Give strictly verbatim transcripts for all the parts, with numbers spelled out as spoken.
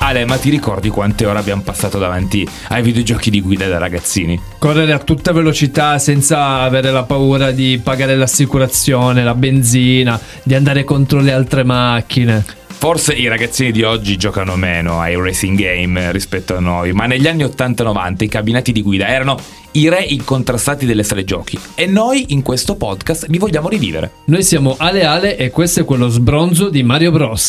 Ale, ma ti ricordi quante ore abbiamo passato davanti ai videogiochi di guida da ragazzini? Correre a tutta velocità senza avere la paura di pagare l'assicurazione, la benzina, di andare contro le altre macchine. Forse i ragazzini di oggi giocano meno ai racing game rispetto a noi, ma negli anni ottanta novanta i cabinati di guida erano i re incontrastati delle sale giochi e noi in questo podcast li vogliamo rivivere. Noi siamo Ale Ale e questo è quello sbronzo di Mario Bros.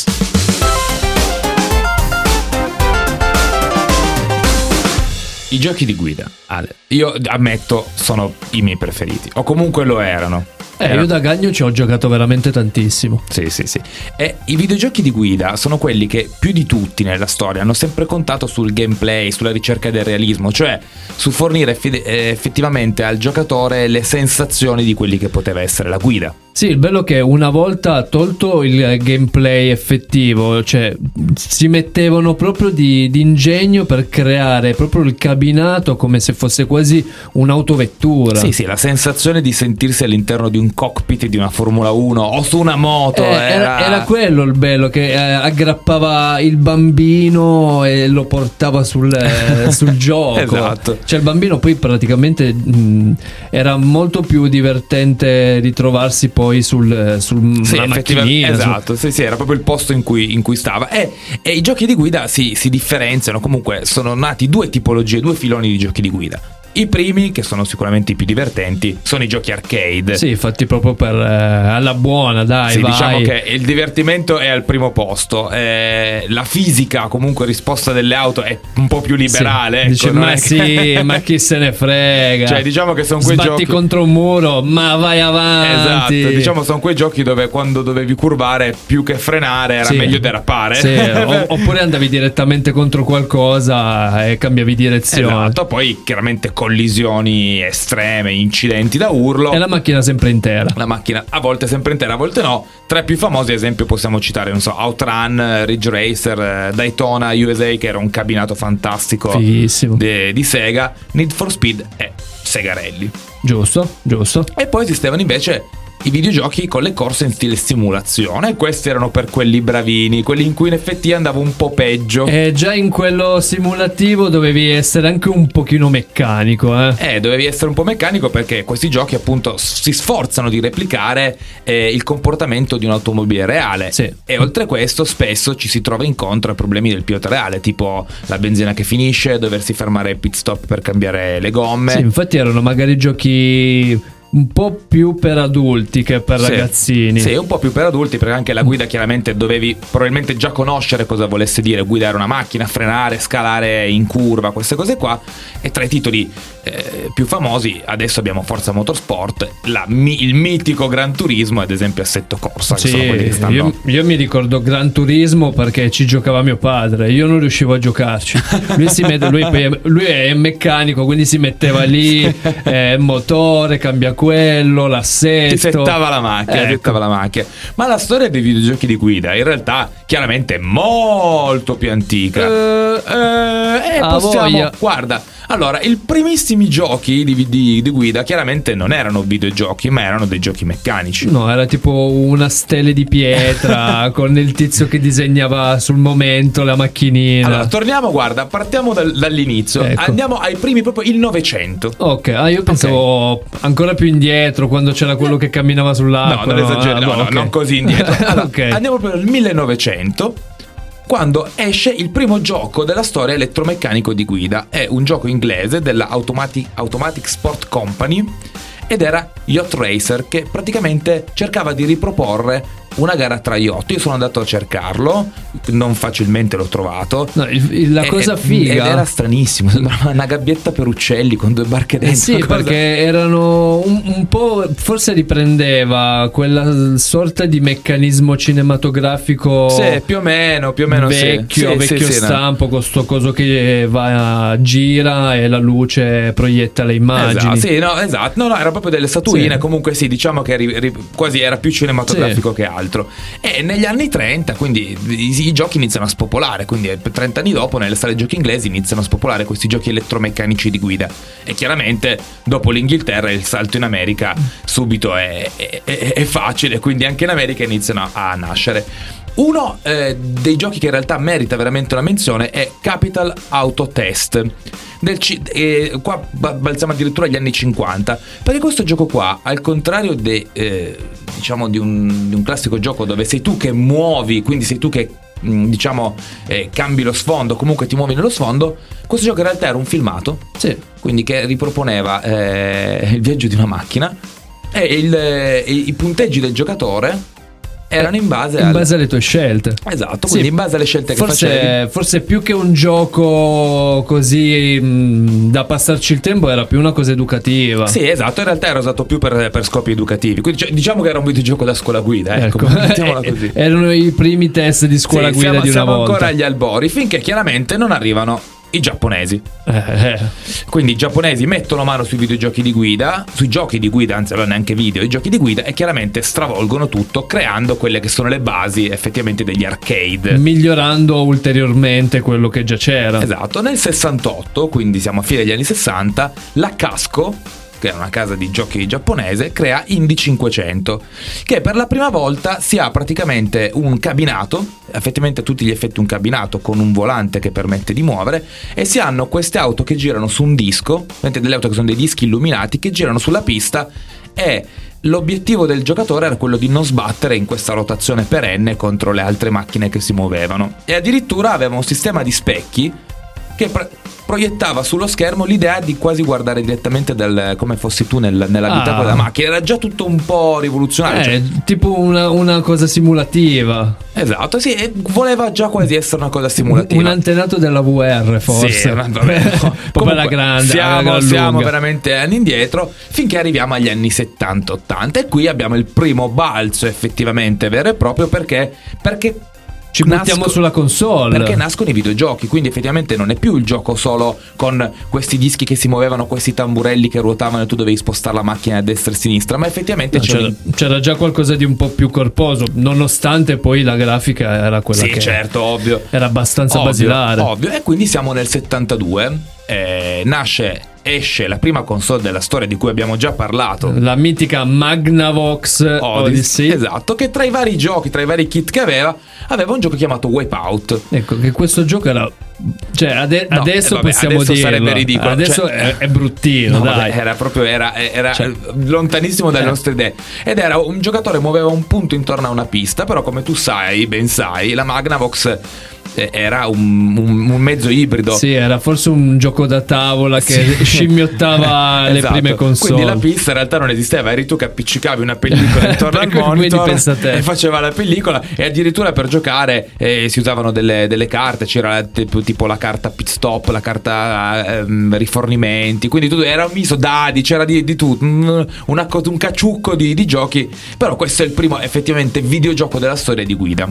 I giochi di guida, Ale, io ammetto sono i miei preferiti, o comunque lo erano. Eh, Era... io da Gagno ci ho giocato veramente tantissimo. Sì, sì, sì. E i videogiochi di guida sono quelli che più di tutti nella storia hanno sempre contato sul gameplay, sulla ricerca del realismo, cioè su fornire effe- effettivamente al giocatore le sensazioni di quelli che poteva essere la guida. Sì, il bello è che una volta tolto il gameplay effettivo, cioè si mettevano proprio di, di ingegno per creare proprio il cabinato come se fosse quasi un'autovettura. Sì, sì, la sensazione di sentirsi all'interno di un cockpit di una Formula uno o su una moto. Eh, era... Era, era quello il bello, che eh, aggrappava il bambino e lo portava sul, eh, sul gioco. Esatto. Cioè il bambino poi praticamente mh, era molto più divertente ritrovarsi poi sul, sul sì, macchinina, esatto, su... sì, sì, era proprio il posto in cui, in cui stava e, e i giochi di guida si, si differenziano, comunque sono nati due tipologie, due filoni di giochi di guida. I primi, che sono sicuramente i più divertenti, sono i giochi arcade. Sì, fatti proprio per eh, alla buona, dai, sì, vai. Diciamo che il divertimento è al primo posto. Eh, la fisica, comunque, risposta delle auto è un po' più liberale. Sì. Ecco, Dice, ma sì, che... ma chi se ne frega. Cioè, diciamo che sono quei Sbatti giochi. contro un muro, ma vai avanti. Esatto, diciamo sono quei giochi dove quando dovevi curvare più che frenare era sì. meglio derapare. Sì, o, oppure andavi direttamente contro qualcosa e cambiavi direzione. Esatto, poi chiaramente collisioni estreme, incidenti da urlo. E la macchina sempre intera. La macchina a volte sempre intera, a volte no. Tra i più famosi, ad esempio, possiamo citare, non so, Outrun, Ridge Racer, Daytona U S A, che era un cabinato fantastico de, di Sega, Need for Speed e Sega Rally. Giusto, giusto. E poi esistevano invece i videogiochi con le corse in stile simulazione. Questi erano per quelli bravini, quelli in cui in effetti andava un po' peggio. E già in quello simulativo dovevi essere anche un pochino meccanico, eh? Eh, dovevi essere un po' meccanico perché questi giochi appunto si sforzano di replicare eh, il comportamento di un'automobile reale. Sì. E oltre a questo spesso ci si trova incontro a problemi del pilota reale, tipo la benzina che finisce, doversi fermare ai pit stop per cambiare le gomme. Sì, infatti erano magari giochi un po' più per adulti che per sì, ragazzini. Sì, un po' più per adulti, perché anche la guida chiaramente dovevi probabilmente già conoscere cosa volesse dire guidare una macchina, frenare, scalare in curva, queste cose qua. E tra i titoli eh, più famosi adesso abbiamo Forza Motorsport, la, mi, il mitico Gran Turismo, ad esempio Assetto Corsa, sì, che sono quelli che stanno... io, io mi ricordo Gran Turismo perché ci giocava mio padre, io non riuscivo a giocarci. Lui, si mette, lui, lui è meccanico, quindi si metteva lì, eh, motore, cambia quello, l'assetto, ti settava la macchina, ecco. settava la macchina. Ma la storia dei videogiochi di guida in realtà chiaramente è molto più antica. Uh, eh, eh, possiamo, voglia. guarda, allora, i primissimi giochi di, di, di guida chiaramente non erano videogiochi, ma erano dei giochi meccanici. No, era tipo una stele di pietra con il tizio che disegnava sul momento la macchinina. Allora, torniamo, guarda, partiamo dal, dall'inizio. Ecco. Andiamo ai primi, proprio il Novecento. Ok, ah, io pensavo okay. ancora più indietro, quando c'era quello che camminava sull'acqua. No, non esageriamo, ah, no, okay. no, non così indietro. Allora, okay. Andiamo proprio nel millenovecento, quando esce il primo gioco della storia elettromeccanico di guida. È un gioco inglese della Automatic, Automatic Sport Company ed era Yacht Racer, che praticamente cercava di riproporre una gara tra yacht. Io sono andato a cercarlo, non facilmente l'ho trovato. No, il, il, la e, cosa figa ed era stranissimo, sembrava una gabbietta per uccelli con due barche dentro. Eh sì, cosa... perché erano un, un po', forse riprendeva quella sorta di meccanismo cinematografico. Sì, più o meno, più o meno vecchio, sì. vecchio sì, stampo, sì, con sto coso che va, gira e la luce proietta le immagini. Esatto, sì, no, esatto, no, no, era proprio delle statuine, sì. Comunque sì, diciamo che ri, ri, quasi era più cinematografico sì. che altro. E negli anni trenta, quindi i, i giochi iniziano a spopolare, quindi trenta anni dopo nelle sale giochi inglesi iniziano a spopolare questi giochi elettromeccanici di guida. E chiaramente dopo l'Inghilterra il salto in America subito è, è, è, è facile, quindi anche in America iniziano a nascere. Uno eh, dei giochi che in realtà merita veramente una menzione è Capital Autotest. Del C- eh, qua balziamo addirittura agli anni cinquanta, perché questo gioco qua, al contrario de, eh, diciamo di un, di un classico gioco dove sei tu che muovi, quindi sei tu che mh, diciamo eh, cambi lo sfondo, comunque ti muovi nello sfondo, questo gioco in realtà era un filmato, sì. quindi che riproponeva eh, il viaggio di una macchina e il, eh, i punteggi del giocatore erano in base, in al... base alle tue scelte. Esatto, quindi sì. in base alle scelte che forse, facevi. Forse più che un gioco così mh, da passarci il tempo, era più una cosa educativa. Sì, esatto, in realtà era usato più per, per scopi educativi. Quindi cioè, diciamo che era un videogioco da scuola guida, ecco, ecco. mettiamola così. Erano i primi test di scuola sì, guida siamo, di una siamo volta. ancora agli albori, finché chiaramente non arrivano i giapponesi. Eh, eh. Quindi i giapponesi mettono mano sui videogiochi di guida, sui giochi di guida, anzi allora neanche video, i giochi di guida, e chiaramente stravolgono tutto, creando quelle che sono le basi effettivamente degli arcade, migliorando ulteriormente quello che già c'era. Esatto. Nel sessantotto, quindi siamo a fine degli anni sessanta, la Casco, che è una casa di giochi giapponese, crea Indy cinquecento, che per la prima volta si ha praticamente un cabinato, effettivamente a tutti gli effetti un cabinato con un volante che permette di muovere, e si hanno queste auto che girano su un disco, delle auto che sono dei dischi illuminati che girano sulla pista, e l'obiettivo del giocatore era quello di non sbattere in questa rotazione perenne contro le altre macchine che si muovevano, e addirittura aveva un sistema di specchi che pre- proiettava sullo schermo l'idea di quasi guardare direttamente dal, come fossi tu nel, nell'abitacolo ah. della macchina. Era già tutto un po' rivoluzionario, eh, cioè, tipo una, una cosa simulativa. esatto, sì, e voleva già quasi essere una cosa simulativa. Un antenato della V R, forse. Sì, vabbè, no. Proprio la grande. Siamo, la siamo veramente anni indietro, finché arriviamo agli anni settanta ottanta, e qui abbiamo il primo balzo effettivamente vero e proprio, perché perché ci buttiamo nasco, sulla console, perché nascono i videogiochi, quindi effettivamente non è più il gioco solo con questi dischi che si muovevano, questi tamburelli che ruotavano e tu dovevi spostare la macchina a destra e a sinistra, ma effettivamente no, c'era, c'era, c'era già qualcosa di un po' più corposo, nonostante poi la grafica era quella sì, che certo, ovvio, era abbastanza ovvio, basilare, ovvio. E quindi siamo nel settantadue, eh, nasce esce la prima console della storia di cui abbiamo già parlato, la mitica Magnavox Odyssey. Odyssey, esatto, che tra i vari giochi, tra i vari kit che aveva, aveva un gioco chiamato Wipeout. Ecco, che questo gioco era, cioè ade- no, adesso eh, vabbè, possiamo adesso dirlo, sarebbe ridicolo, adesso cioè, è, è bruttino, no, dai. vabbè, era proprio era, era cioè, lontanissimo dalle eh. nostre idee, ed era un giocatore muoveva un punto intorno a una pista, però come tu sai, ben sai, la Magnavox era un, un, un mezzo ibrido. Sì, era forse un gioco da tavola che sì. scimmiottava le esatto. prime console. Quindi la pista in realtà non esisteva, eri tu che appiccicavi una pellicola intorno al monitor e faceva la pellicola, e addirittura per giocare eh, si usavano delle, delle carte, c'era tipo, tipo la carta pit stop, la carta ehm, rifornimenti, quindi tutto, era un miso dadi, c'era di, di tutto, un, una, un caciucco di, di giochi, però questo è il primo effettivamente videogioco della storia di guida.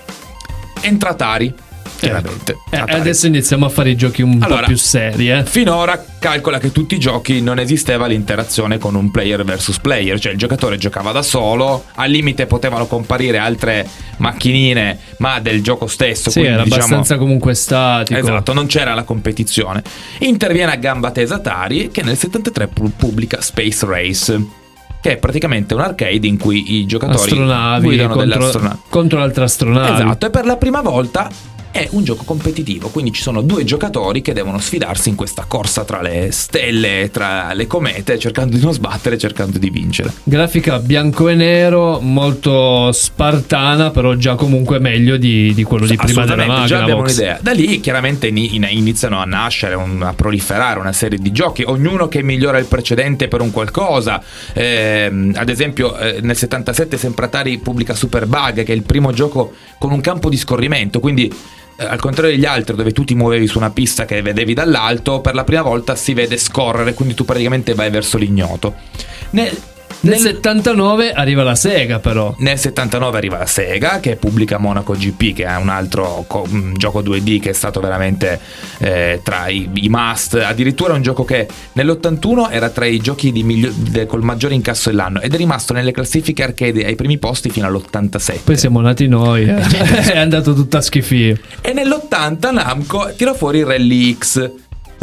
Entra Atari. Chiaramente. Eh, adesso iniziamo a fare i giochi un allora, po' più seri. Eh. Finora calcola che tutti i giochi non esisteva l'interazione con un player versus player, cioè il giocatore giocava da solo, al limite potevano comparire altre macchinine, ma del gioco stesso. Sì, quindi, era diciamo, abbastanza comunque statico. Esatto, non c'era la competizione. Interviene a gamba tesa Atari, che nel settantatré pubblica Space Race, che è praticamente un arcade in cui i giocatori astronavi guidano contro, delle astronavi contro altre astronavi. Esatto, e per la prima volta è un gioco competitivo, quindi ci sono due giocatori che devono sfidarsi in questa corsa tra le stelle, tra le comete, cercando di non sbattere, cercando di vincere. Grafica bianco e nero, molto spartana, però già comunque meglio di, di quello di prima della Magnavox. Già abbiamo un'idea. Da lì chiaramente iniziano a nascere, un, a proliferare una serie di giochi, ognuno che migliora il precedente per un qualcosa. Eh, ad esempio eh, nel settantasette sempre Atari pubblica Super Bug, che è il primo gioco con un campo di scorrimento, quindi al contrario degli altri dove tu ti muovevi su una pista che vedevi dall'alto, per la prima volta si vede scorrere, quindi tu praticamente vai verso l'ignoto. Nel, nel, nel settantanove arriva la Sega, però. Nel settantanove arriva la Sega, che pubblica Monaco G P, che è un altro co- un gioco due D che è stato veramente eh, tra i, i must. Addirittura un gioco che nell'ottantuno era tra i giochi di miglio- de- col maggiore incasso dell'anno, ed è rimasto nelle classifiche arcade ai primi posti fino all'ottantasette. Poi siamo nati noi, eh. È andato tutto a schifio. E nell'ottanta Namco tira fuori Rally X.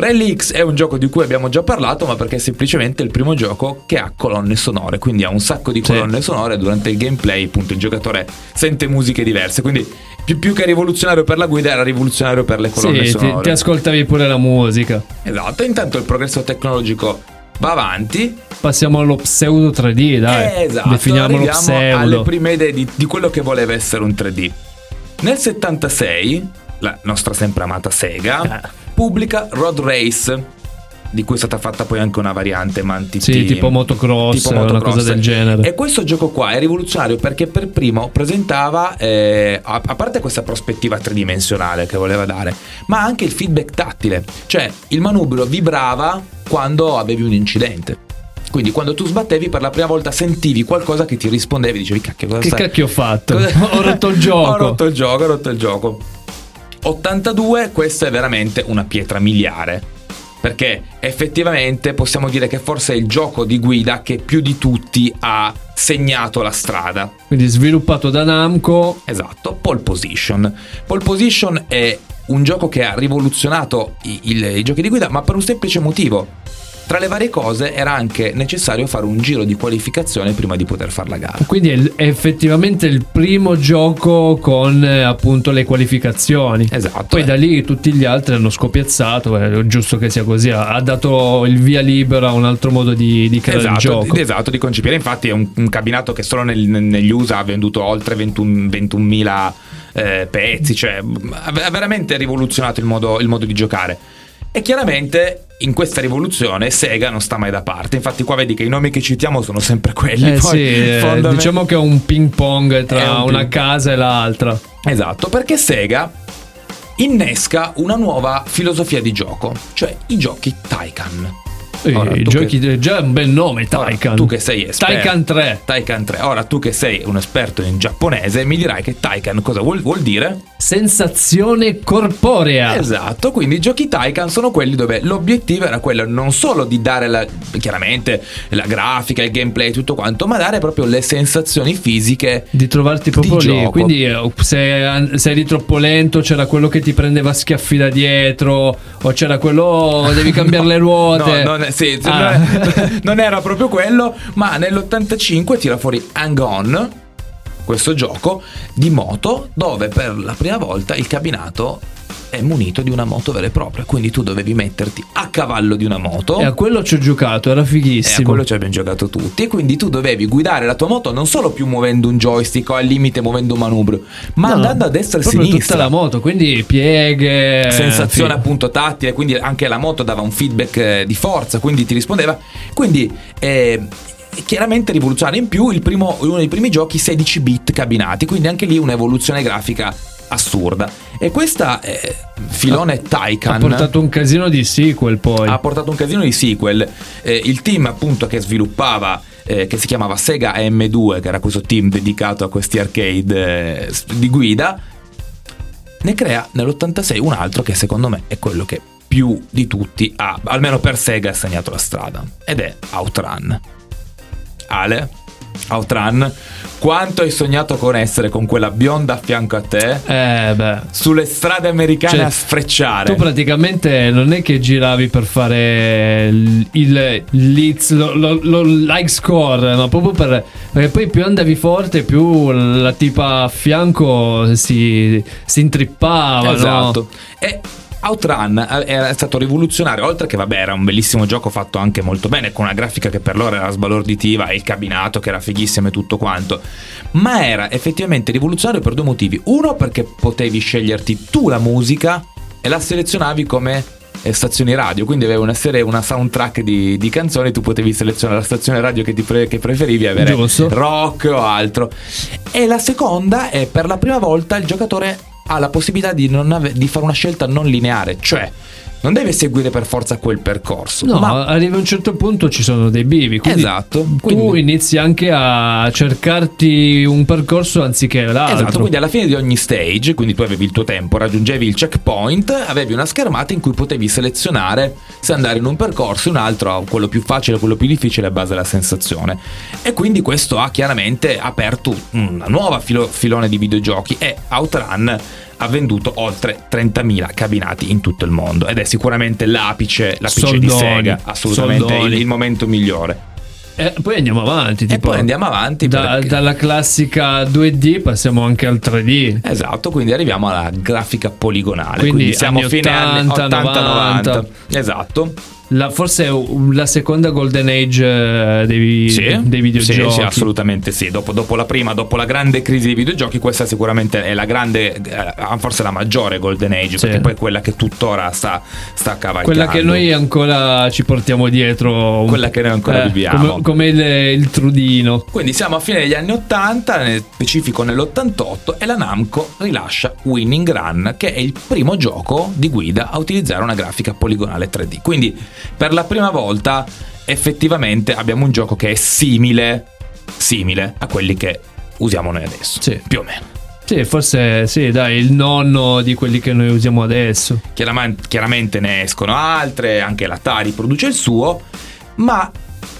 Rally X è un gioco di cui abbiamo già parlato, ma perché è semplicemente il primo gioco che ha colonne sonore, quindi ha un sacco di colonne sì. sonore. Durante il gameplay appunto il giocatore sente musiche diverse, quindi più, più che rivoluzionario per la guida era rivoluzionario per le colonne sì, sonore. Ti, ti ascoltavi pure la musica. Esatto, intanto il progresso tecnologico va avanti. Passiamo allo pseudo tre D, dai. Esatto, definiamolo pseudo. alle prime idee di, di quello che voleva essere un tre D. Nel settantasei la nostra sempre amata Sega eh. pubblica Road Race, di cui è stata fatta poi anche una variante Manti sì, tipo motocross, tipo motocross, una cosa del genere. E questo gioco qua è rivoluzionario perché per primo presentava eh, a, a parte questa prospettiva tridimensionale che voleva dare, ma anche il feedback tattile, cioè il manubrio vibrava quando avevi un incidente. Quindi quando tu sbattevi per la prima volta sentivi qualcosa che ti rispondevi, dicevi cacchio cosa che stai? cacchio ho fatto? ho rotto il gioco. Ho rotto il gioco, ho rotto il gioco. ottantadue, questa è veramente una pietra miliare, perché effettivamente possiamo dire che forse è il gioco di guida che più di tutti ha segnato la strada. Quindi sviluppato da Namco. Esatto, Pole Position. Pole Position è un gioco che ha rivoluzionato i, il, i giochi di guida, ma per un semplice motivo. Tra le varie cose era anche necessario fare un giro di qualificazione prima di poter fare la gara. Quindi è effettivamente il primo gioco con eh, appunto le qualificazioni. Esatto. Poi eh. da lì tutti gli altri hanno scopiazzato, è giusto che sia così, ha dato il via libera a un altro modo di, di creare esatto, il gioco. Esatto, di concepire. Infatti è un, un cabinato che solo nel, negli U S A ha venduto oltre ventunomila eh, pezzi, cioè ha veramente rivoluzionato il modo, il modo di giocare. E chiaramente in questa rivoluzione Sega non sta mai da parte. Infatti qua vedi che i nomi che citiamo sono sempre quelli. Eh poi, sì, eh, diciamo che è un ping pong tra un una ping. casa e l'altra. Esatto, perché Sega innesca una nuova filosofia di gioco, cioè i giochi Taikan. Ora, i giochi che... già un bel nome, Taikan. Ora, tu che sei esperto, Taikan tre. Taikan tre. Ora tu che sei un esperto in giapponese mi dirai che Taikan cosa vuol, vuol dire? Sensazione corporea. Esatto, quindi i giochi Taikan sono quelli dove l'obiettivo era quello non solo di dare la, chiaramente la grafica, il gameplay, tutto quanto, ma dare proprio le sensazioni fisiche di trovarti proprio di lì. Gioco. Quindi se, se eri troppo lento c'era quello che ti prendeva schiaffi da dietro, o c'era quello oh, devi cambiare le ruote. No, non, sì, ah. non, non era proprio quello, ma nell'ottantacinque tira fuori Hang On, questo gioco di moto dove per la prima volta il cabinato è munito di una moto vera e propria, quindi tu dovevi metterti a cavallo di una moto. E a quello ci ho giocato, era fighissimo. E a quello ci abbiamo giocato tutti. E quindi tu dovevi guidare la tua moto non solo più muovendo un joystick o al limite muovendo un manubrio, ma no, andando a destra e a sinistra. Tutta la moto, quindi pieghe, sensazione appunto tattile, quindi anche la moto dava un feedback di forza, quindi ti rispondeva. Quindi eh, chiaramente rivoluzionario. In più il primo, uno dei primi giochi sedici bit cabinati, quindi anche lì un'evoluzione grafica assurda. E questa eh, filone Taikan ha portato un casino di sequel, poi ha portato un casino di sequel. Eh, il team appunto che sviluppava eh, che si chiamava Sega A M due, che era questo team dedicato a questi arcade eh, di guida, ne crea nell'ottantasei un altro che secondo me è quello che più di tutti ha, almeno per Sega, ha segnato la strada, ed è Outrun. Ale, Outrun, quanto hai sognato con essere con quella bionda a fianco a te eh beh. sulle strade americane, cioè, a sfrecciare? Tu praticamente non è che giravi per fare il, il l'hits, lo, lo, lo like score, ma proprio per, perché poi più andavi forte più la tipa a fianco si, si intrippava. Esatto. No? E Outrun è stato rivoluzionario, oltre che vabbè era un bellissimo gioco fatto anche molto bene, con una grafica che per loro era sbalorditiva e il cabinato che era fighissimo e tutto quanto, ma era effettivamente rivoluzionario per due motivi. Uno, perché potevi sceglierti tu la musica e la selezionavi come stazioni radio, quindi avevi una serie, una soundtrack di, di canzoni, tu potevi selezionare la stazione radio che ti pre, che preferivi, avere Giusto. rock o altro. E la seconda è, per la prima volta il giocatore ha la possibilità di, non ave- di fare una scelta non lineare, cioè non deve seguire per forza quel percorso. No, ma arriva a un certo punto ci sono dei bivi, quindi esatto, tu quindi inizi anche a cercarti un percorso anziché l'altro. Esatto, quindi alla fine di ogni stage, quindi tu avevi il tuo tempo, raggiungevi il checkpoint, avevi una schermata in cui potevi selezionare se andare in un percorso, in un altro, quello più facile, quello più difficile a base della sensazione. E quindi questo ha chiaramente aperto una nuova filo- filone di videogiochi, e Outrun ha venduto oltre trentamila cabinati in tutto il mondo ed è sicuramente l'apice, l'apice Soldoni, di Sega, assolutamente il, il momento migliore. E poi andiamo avanti, tipo, e poi andiamo avanti da, perché... dalla classica due D passiamo anche al tre D. Esatto, quindi arriviamo alla grafica poligonale. Quindi, quindi siamo anni fine anni ottanta, ottanta novanta. novanta. Esatto. La, forse la seconda golden age eh, dei, Sì, dei videogiochi. sì, sì, assolutamente sì. Dopo, dopo la prima, dopo la grande crisi dei videogiochi, questa sicuramente è la grande, eh, forse la maggiore golden age, sì. perché poi è quella che tuttora sta, sta cavalcando. Quella che noi ancora ci portiamo dietro. Quella che noi ancora eh, viviamo. Come, come il, il Trudino. Quindi siamo a fine degli anni ottanta, nel specifico nell'ottantotto, e la Namco rilascia Winning Run, che è il primo gioco di guida a utilizzare una grafica poligonale tre D. Quindi per la prima volta effettivamente abbiamo un gioco che è simile simile a quelli che usiamo noi adesso, sì. più o meno. Sì, forse sì, dai, il nonno di quelli che noi usiamo adesso. Chiaramente, chiaramente ne escono altre, anche l'Atari produce il suo, ma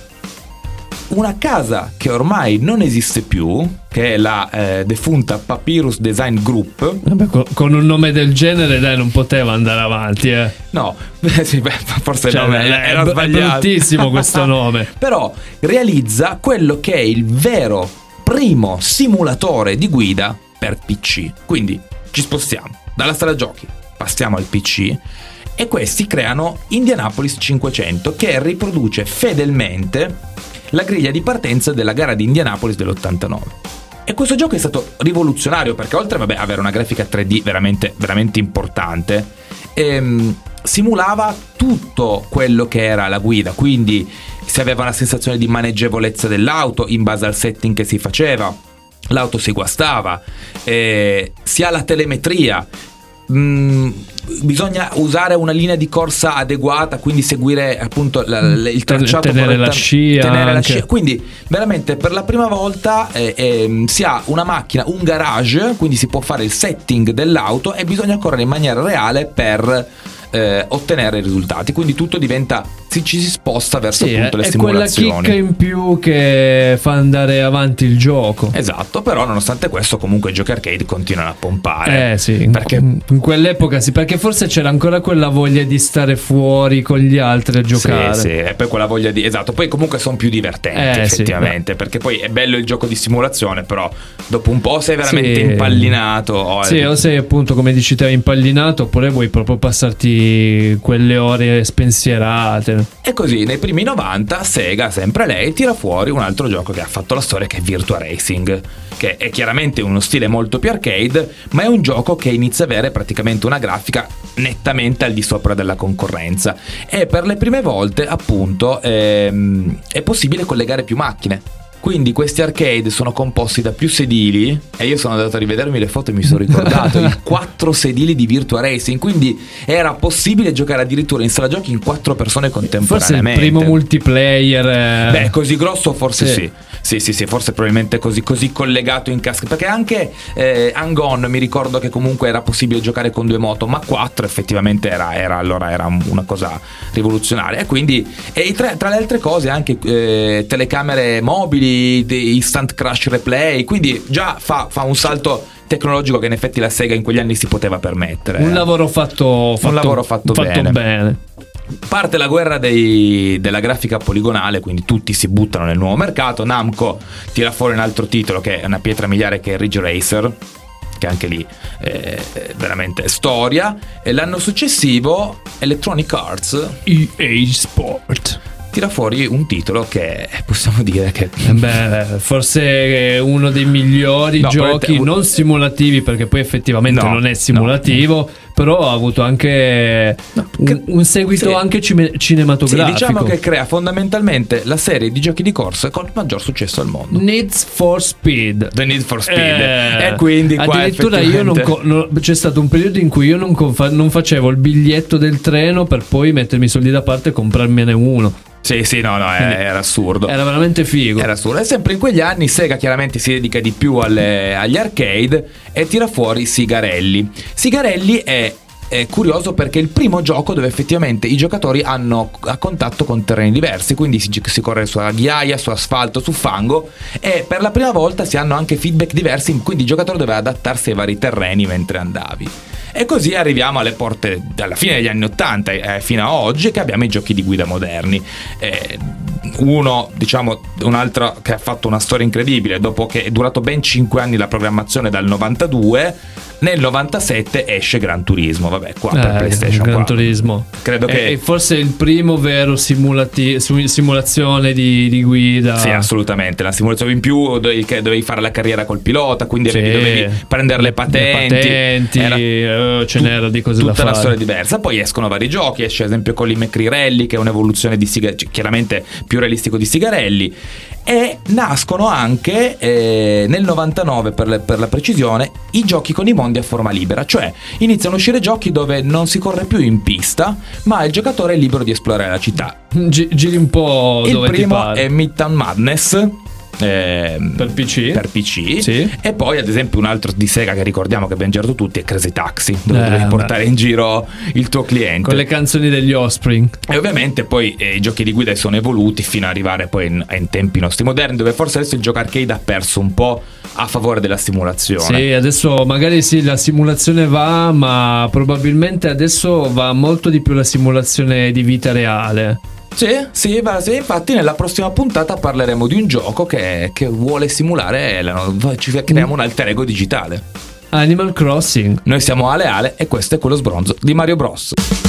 una casa che ormai non esiste più, che è la eh, defunta Papyrus Design Group. Vabbè, con, con un nome del genere, dai, non poteva andare avanti, eh. No, sì, beh, forse cioè, il nome è, era è sbagliato. bruttissimo questo nome. Però realizza quello che è il vero primo simulatore di guida per P C. Quindi ci spostiamo dalla sala giochi, passiamo al P C, e questi creano Indianapolis cinquecento, che riproduce fedelmente la griglia di partenza della gara di Indianapolis dell'ottantanove. E questo gioco è stato rivoluzionario perché, oltre vabbè, avere una grafica tre D veramente, veramente importante, ehm, simulava tutto quello che era la guida. Quindi si aveva una sensazione di maneggevolezza dell'auto in base al setting che si faceva, l'auto si guastava, eh, si ha la telemetria. Mm, bisogna usare una linea di corsa adeguata, quindi seguire appunto la, la, il tracciato, tenere la scia, tenere la scia. Quindi veramente per la prima volta eh, eh, si ha una macchina, un garage, quindi si può fare il setting dell'auto e bisogna correre in maniera reale per eh, ottenere i risultati. Quindi tutto diventa, si, ci si sposta verso sì, appunto le è simulazioni. È quella chicca in più che fa andare avanti il gioco. Esatto, però nonostante questo comunque i giochi arcade continuano a pompare. Eh sì, perché in quell'epoca sì, perché forse c'era ancora quella voglia di stare fuori con gli altri a giocare. Sì, sì, e poi quella voglia di... Esatto, poi comunque sono più divertenti eh, effettivamente, sì, perché poi è bello il gioco di simulazione, però dopo un po' sei veramente sì. impallinato. Oh, sì, o sei appunto, come dici te, impallinato, oppure vuoi proprio passarti quelle ore spensierate. E così nei primi novanta Sega, sempre lei, tira fuori un altro gioco che ha fatto la storia, che è Virtua Racing, che è chiaramente uno stile molto più arcade, ma è un gioco che inizia a avere praticamente una grafica nettamente al di sopra della concorrenza, e per le prime volte appunto ehm, è possibile collegare più macchine. Quindi questi arcade sono composti da più sedili, e io sono andato a rivedermi le foto e mi sono ricordato i quattro sedili di Virtua Racing, quindi era possibile giocare addirittura in sala giochi in quattro persone contemporaneamente. Forse il primo multiplayer eh... Beh, così grosso forse sì. sì. Sì, sì, sì, forse probabilmente così, così collegato in casca, perché anche eh, Hang-On mi ricordo che comunque era possibile giocare con due moto, ma quattro effettivamente era, era allora era una cosa rivoluzionaria. E quindi e tra, tra le altre cose anche eh, telecamere mobili, instant crash replay, quindi già fa, fa un salto tecnologico che in effetti la Sega in quegli anni si poteva permettere. Un lavoro fatto, fatto, un lavoro fatto, fatto bene. bene. Parte la guerra dei, della grafica poligonale, quindi tutti si buttano nel nuovo mercato. Namco tira fuori un altro titolo che è una pietra miliare, che è Ridge Racer, che anche lì è veramente storia. E l'anno successivo Electronic Arts, E A Sport, tira fuori un titolo che possiamo dire che beh, forse è uno dei migliori no, giochi te... non simulativi, perché poi effettivamente no, non è simulativo, no. Però ha avuto anche no, un, un seguito sì. anche cime- cinematografico. Sì, diciamo che crea fondamentalmente la serie di giochi di corsa con il maggior successo al mondo. Need for Speed. The Need for Speed. Eh, e quindi qua addirittura io non, co- non c'è stato un periodo in cui io non, confa- non facevo il biglietto del treno per poi mettermi i soldi da parte e comprarmene uno. Sì, sì, no, no, era, era assurdo. Era veramente figo. Era assurdo. E sempre in quegli anni Sega chiaramente si dedica di più alle, agli arcade e tira fuori Sigarelli. Sigarelli è è curioso perché è il primo gioco dove effettivamente i giocatori hanno a contatto con terreni diversi, quindi si, si corre su ghiaia, su asfalto, su fango, e per la prima volta si hanno anche feedback diversi, quindi il giocatore deve adattarsi ai vari terreni mentre andavi. E così arriviamo alle porte dalla fine degli anni ottanta eh, fino a oggi, che abbiamo i giochi di guida moderni. Eh, uno, diciamo, un altro che ha fatto una storia incredibile, dopo che è durato ben cinque anni la programmazione, dal novantadue, nel novantasette esce Gran Turismo, vabbè, qua per eh, PlayStation Gran quattro. Turismo. Credo che è forse il primo vero simulati- simulazione di, di guida. Sì, assolutamente, la simulazione in più dovevi, dovevi fare la carriera col pilota, quindi Sì. dovevi prendere le patenti, le patenti era eh, ce n'era di cose da tutta fare. una storia diversa. Poi escono vari giochi, esce ad esempio Colin McRae Rally, che è un'evoluzione di Siga- chiaramente più realistico di Sigarelli, e nascono anche eh, nel novantanove per, le, per la precisione i giochi con i mondi a forma libera, cioè iniziano a uscire giochi dove non si corre più in pista, ma il giocatore è libero di esplorare la città. Gi- giri un po' Il dove ti primo pare. è Midtown Madness, eh, Per P C? per P C, Sì. E poi ad esempio un altro di Sega che ricordiamo che abbiamo girato tutti è Crazy Taxi, dove Eh, devi beh. portare in giro il tuo cliente Con le canzoni degli Offspring. e ovviamente poi eh, i giochi di guida sono evoluti fino ad arrivare poi in, in tempi nostri moderni, dove forse adesso il gioco arcade ha perso un po' a favore della simulazione. Sì, adesso magari sì, la simulazione va, ma probabilmente adesso va molto di più la simulazione di vita reale. Sì, sì, va, sì, infatti nella prossima puntata parleremo di un gioco che, che vuole simulare, la- ci creiamo un alter ego digitale. Animal Crossing. Noi siamo Ale Ale e questo è quello sbronzo di Mario Bros.